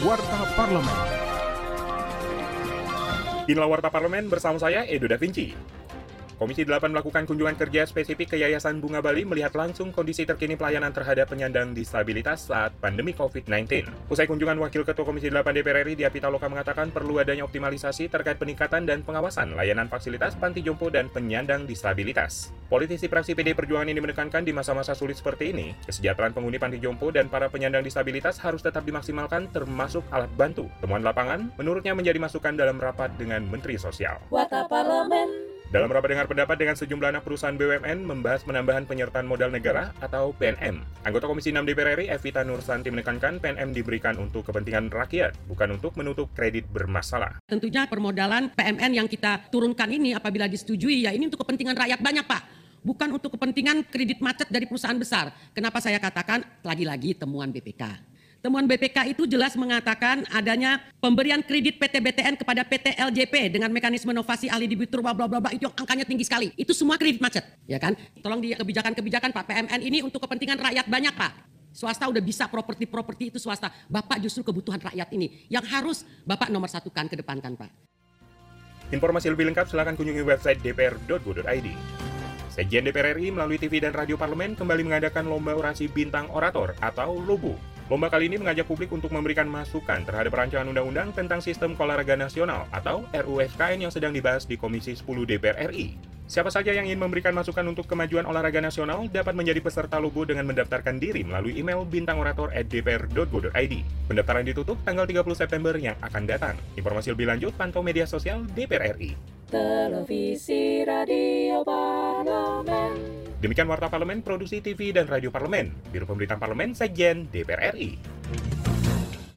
Warta Parlemen. Inilah Warta Parlemen bersama saya, Edo Da Vinci. Komisi 8 melakukan kunjungan kerja spesifik ke Yayasan Bunga Bali melihat langsung kondisi terkini pelayanan terhadap penyandang disabilitas saat pandemi COVID-19. Usai kunjungan, Wakil Ketua Komisi 8 DPR RI Dia Pitaloka mengatakan perlu adanya optimalisasi terkait peningkatan dan pengawasan layanan fasilitas panti jompo dan penyandang disabilitas. Politisi fraksi PD Perjuangan ini menekankan di masa-masa sulit seperti ini, kesejahteraan penghuni panti jompo dan para penyandang disabilitas harus tetap dimaksimalkan termasuk alat bantu. Temuan lapangan, menurutnya menjadi masukan dalam rapat dengan Menteri Sosial. Warta Parlemen. Dalam rapat dengar pendapat dengan sejumlah anak perusahaan BUMN membahas penambahan penyertaan modal negara atau PNM. Anggota Komisi 6 DPR RI, Evita Nursanti menekankan PNM diberikan untuk kepentingan rakyat, bukan untuk menutup kredit bermasalah. Tentunya permodalan PMN yang kita turunkan ini apabila disetujui, ya ini untuk kepentingan rakyat banyak, Pak. Bukan untuk kepentingan kredit macet dari perusahaan besar. Kenapa saya katakan lagi-lagi temuan BPK? Temuan BPK itu jelas mengatakan adanya pemberian kredit PT BTN kepada PT LJP dengan mekanisme inovasi ahli debitur bla bla bla itu yang angkanya tinggi sekali. Itu semua kredit macet, ya kan? Tolong di kebijakan-kebijakan Pak, PMN ini untuk kepentingan rakyat banyak, Pak. Swasta udah bisa properti itu swasta. Bapak justru kebutuhan rakyat ini yang harus Bapak nomor satukan, kedepankan, Pak. Informasi lebih lengkap silakan kunjungi website dpr.go.id. Sekjen DPR RI melalui TV dan radio parlemen kembali mengadakan Lomba Orasi Bintang Orator atau LOBO. Lomba kali ini mengajak publik untuk memberikan masukan terhadap rancangan undang-undang tentang sistem olahraga nasional atau RUU-FKN yang sedang dibahas di Komisi 10 DPR RI. Siapa saja yang ingin memberikan masukan untuk kemajuan olahraga nasional dapat menjadi peserta LOBO dengan mendaftarkan diri melalui email bintangorator@dpr.go.id. Pendaftaran ditutup tanggal 30 September yang akan datang. Informasi lebih lanjut pantau media sosial DPR RI. Televisi Radio Parlemen. Demikian Warta Parlemen, Produksi TV dan Radio Parlemen, Biro Pemberitaan Parlemen, Sekjen DPR RI.